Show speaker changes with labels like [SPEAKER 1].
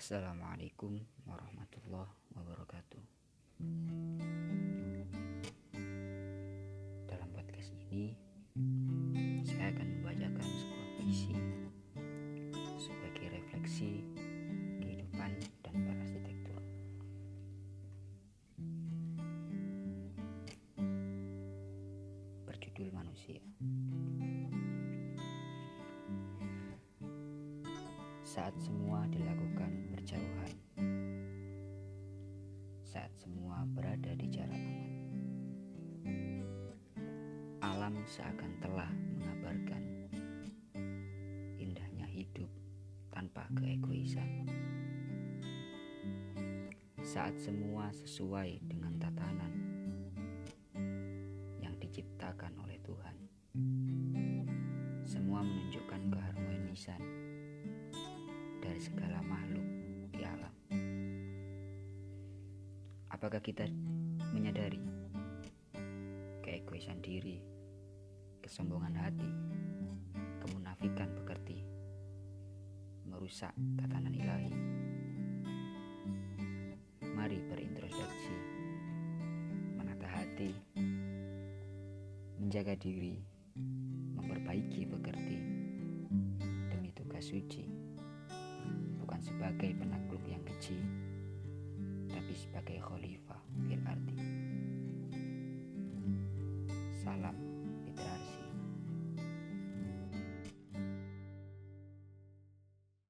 [SPEAKER 1] Assalamualaikum warahmatullahi wabarakatuh. Dalam podcast ini, saya akan membacakan sebuah puisi sebagai refleksi kehidupan dan berarsitektur. Berjudul Manusia. Saat semua dilakukan berjauhan, saat semua berada di jarak aman, alam seakan telah mengabarkan indahnya hidup tanpa keegoisan. Saat semua sesuai dengan tatanan yang diciptakan oleh Tuhan, semua menunjukkan keharmonisan dari segala makhluk di alam. Apakah kita menyadari keegoisan diri, kesombongan hati, kemunafikan pekerti merusak tatanan ilahi? Mari berintrospeksi, menata hati, menjaga diri, memperbaiki pekerti demi tugas suci, bukan sebagai penakluk yang keji, tapi sebagai khalifah fil ardi.